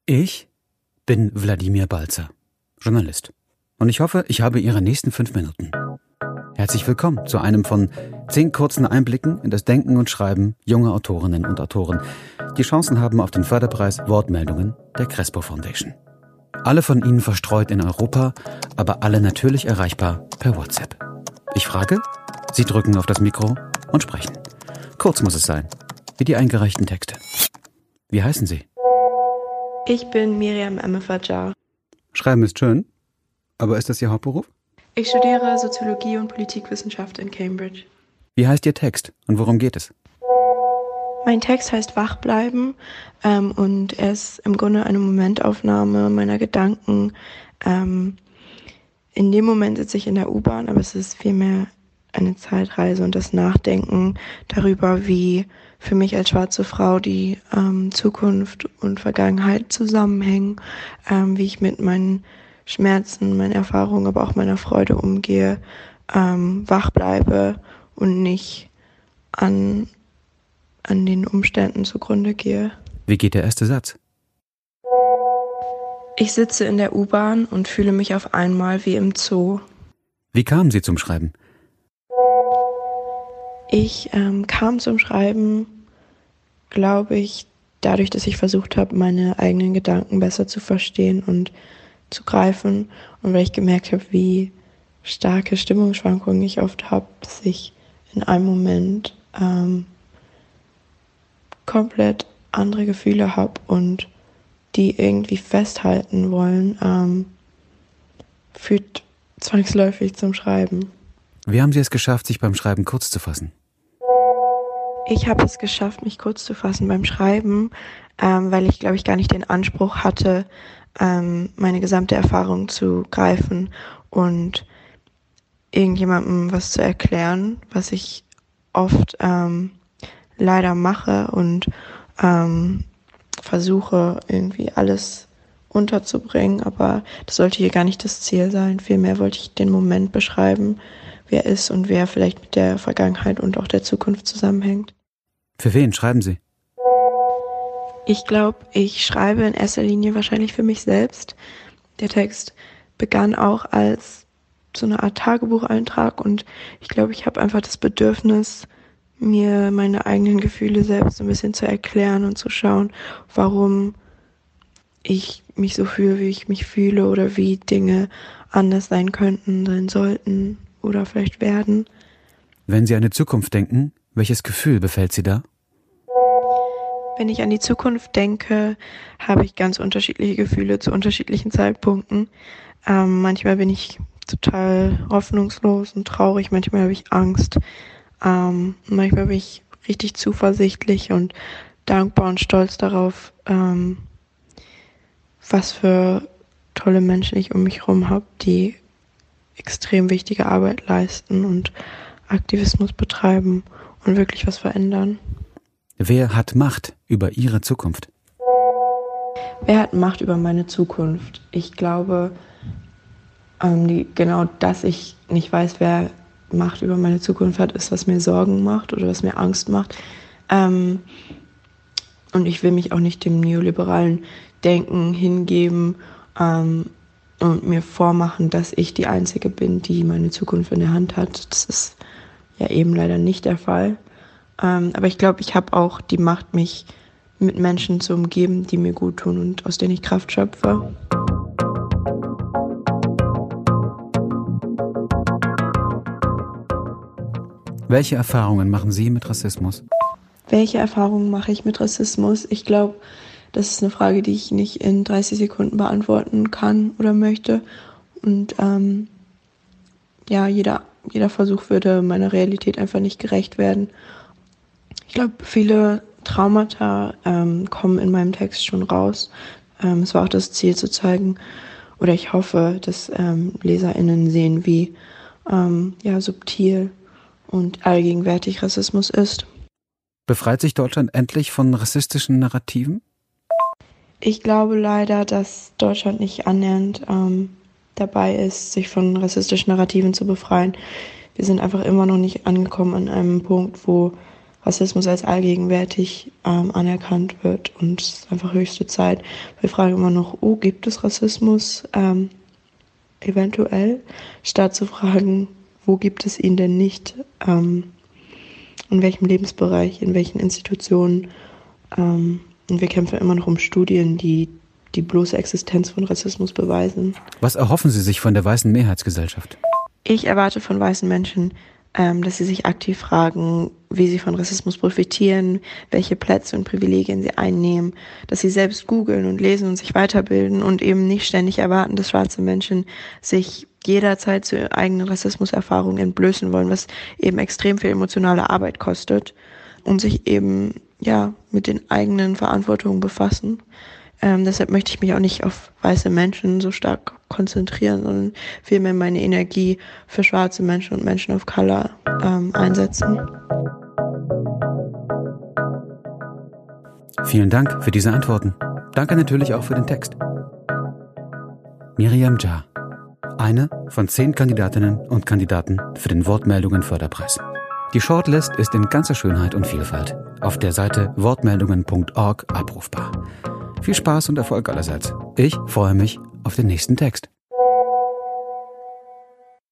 Ich bin Wladimir Balzer, Journalist. Und ich hoffe, ich habe Ihre nächsten 5 Minuten. Herzlich willkommen zu einem von 10 kurzen Einblicken in das Denken und Schreiben junger Autorinnen und Autoren, die Chancen haben auf den Förderpreis Wortmeldungen der Crespo Foundation. Alle von Ihnen verstreut in Europa, aber alle natürlich erreichbar per WhatsApp. Ich frage, Sie drücken auf das Mikro und sprechen. Kurz muss es sein, wie die eingereichten Texte. Wie heißen Sie? Ich bin Miriam Emmefadjar. Schreiben ist schön, aber ist das Ihr Hauptberuf? Ich studiere Soziologie und Politikwissenschaft in Cambridge. Wie heißt Ihr Text und worum geht es? Mein Text heißt Wachbleiben und er ist im Grunde eine Momentaufnahme meiner Gedanken. In dem Moment sitze ich in der U-Bahn, aber es ist vielmehr eine Zeitreise und das Nachdenken darüber, wie für mich als schwarze Frau die Zukunft und Vergangenheit zusammenhängen, wie ich mit meinen Schmerzen, meinen Erfahrungen, aber auch meiner Freude umgehe, wach bleibe und nicht an den Umständen zugrunde gehe. Wie geht der erste Satz? Ich sitze in der U-Bahn und fühle mich auf einmal wie im Zoo. Wie kamen Sie zum Schreiben? Ich kam zum Schreiben, glaube ich, dadurch, dass ich versucht habe, meine eigenen Gedanken besser zu verstehen und zu greifen. Und weil ich gemerkt habe, wie starke Stimmungsschwankungen ich oft habe, dass ich in einem Moment komplett andere Gefühle habe und die irgendwie festhalten wollen, führt zwangsläufig zum Schreiben. Wie haben Sie es geschafft, sich beim Schreiben kurz zu fassen? Ich habe es geschafft, mich kurz zu fassen beim Schreiben, weil ich, glaube ich, gar nicht den Anspruch hatte, meine gesamte Erfahrung zu greifen und irgendjemandem was zu erklären, was ich oft leider mache und versuche irgendwie alles unterzubringen, aber das sollte hier gar nicht das Ziel sein. Vielmehr wollte ich den Moment beschreiben, wie er ist und wer vielleicht mit der Vergangenheit und auch der Zukunft zusammenhängt. Für wen schreiben Sie? Ich glaube, ich schreibe in erster Linie wahrscheinlich für mich selbst. Der Text begann auch als so eine Art Tagebucheintrag und ich glaube, ich habe einfach das Bedürfnis, mir meine eigenen Gefühle selbst ein bisschen zu erklären und zu schauen, warum ich mich so fühle, wie ich mich fühle oder wie Dinge anders sein könnten, sein sollten oder vielleicht werden. Wenn Sie an die Zukunft denken, welches Gefühl befällt Sie da? Wenn ich an die Zukunft denke, habe ich ganz unterschiedliche Gefühle zu unterschiedlichen Zeitpunkten. Manchmal bin ich total hoffnungslos und traurig, manchmal habe ich Angst. Manchmal bin ich richtig zuversichtlich und dankbar und stolz darauf, was für tolle Menschen ich um mich herum habe, die extrem wichtige Arbeit leisten und Aktivismus betreiben und wirklich was verändern. Wer hat Macht über Ihre Zukunft? Wer hat Macht über meine Zukunft? Ich glaube, genau, dass ich nicht weiß, wer Macht über meine Zukunft hat, ist, was mir Sorgen macht oder was mir Angst macht. Und ich will mich auch nicht dem neoliberalen Denken hingeben und mir vormachen, dass ich die Einzige bin, die meine Zukunft in der Hand hat. Das ist ja eben leider nicht der Fall. Aber ich glaube, ich habe auch die Macht, mich mit Menschen zu umgeben, die mir gut tun und aus denen ich Kraft schöpfe. Welche Erfahrungen machen Sie mit Rassismus? Welche Erfahrungen mache ich mit Rassismus? Ich glaube, das ist eine Frage, die ich nicht in 30 Sekunden beantworten kann oder möchte. Und jeder Versuch würde meiner Realität einfach nicht gerecht werden. Ich glaube, viele Traumata kommen in meinem Text schon raus. Es war auch das Ziel zu zeigen, oder ich hoffe, dass LeserInnen sehen, wie subtil und allgegenwärtig Rassismus ist. Befreit sich Deutschland endlich von rassistischen Narrativen? Ich glaube leider, dass Deutschland nicht annähernd dabei ist, sich von rassistischen Narrativen zu befreien. Wir sind einfach immer noch nicht angekommen an einem Punkt, wo Rassismus als allgegenwärtig anerkannt wird. Und es ist einfach höchste Zeit. Wir fragen immer noch, gibt es Rassismus eventuell? Statt zu fragen, wo gibt es ihn denn nicht? In welchem Lebensbereich, in welchen Institutionen? Und wir kämpfen immer noch um Studien, die bloße Existenz von Rassismus beweisen. Was erhoffen Sie sich von der weißen Mehrheitsgesellschaft? Ich erwarte von weißen Menschen, dass sie sich aktiv fragen, wie sie von Rassismus profitieren, welche Plätze und Privilegien sie einnehmen, dass sie selbst googeln und lesen und sich weiterbilden und eben nicht ständig erwarten, dass schwarze Menschen sich jederzeit zu eigenen Rassismuserfahrungen entblößen wollen, was eben extrem viel emotionale Arbeit kostet und sich eben mit den eigenen Verantwortungen befassen. Deshalb möchte ich mich auch nicht auf weiße Menschen so stark konzentrieren, sondern vielmehr meine Energie für schwarze Menschen und Menschen of Color einsetzen. Vielen Dank für diese Antworten. Danke natürlich auch für den Text. Miriam Jah, eine von 10 Kandidatinnen und Kandidaten für den Wortmeldungen-Förderpreis. Die Shortlist ist in ganzer Schönheit und Vielfalt auf der Seite wortmeldungen.org abrufbar. Viel Spaß und Erfolg allerseits. Ich freue mich auf den nächsten Text.